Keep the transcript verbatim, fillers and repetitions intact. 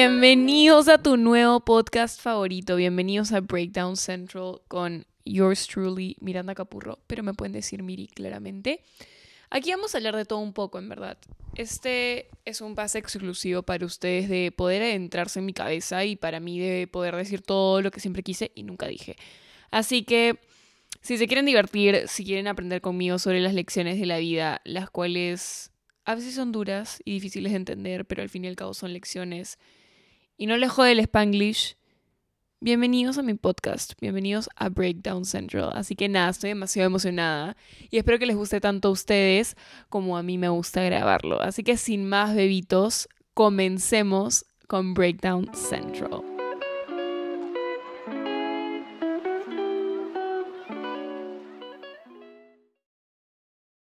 Bienvenidos a tu nuevo podcast favorito. Bienvenidos a Breakdown Central con yours truly, Miranda Capurro, pero me pueden decir Miri claramente. Aquí vamos a hablar de todo un poco, en verdad. Este es un pase exclusivo para ustedes de poder adentrarse en mi cabeza y para mí de poder decir todo lo que siempre quise y nunca dije. Así que, si se quieren divertir, si quieren aprender conmigo sobre las lecciones de la vida, las cuales a veces son duras y difíciles de entender, pero al fin y al cabo son lecciones, y no les jode el Spanglish, bienvenidos a mi podcast, bienvenidos a Breakdown Central. Así que nada, estoy demasiado emocionada y espero que les guste tanto a ustedes como a mí me gusta grabarlo. Así que sin más bebitos, comencemos con Breakdown Central.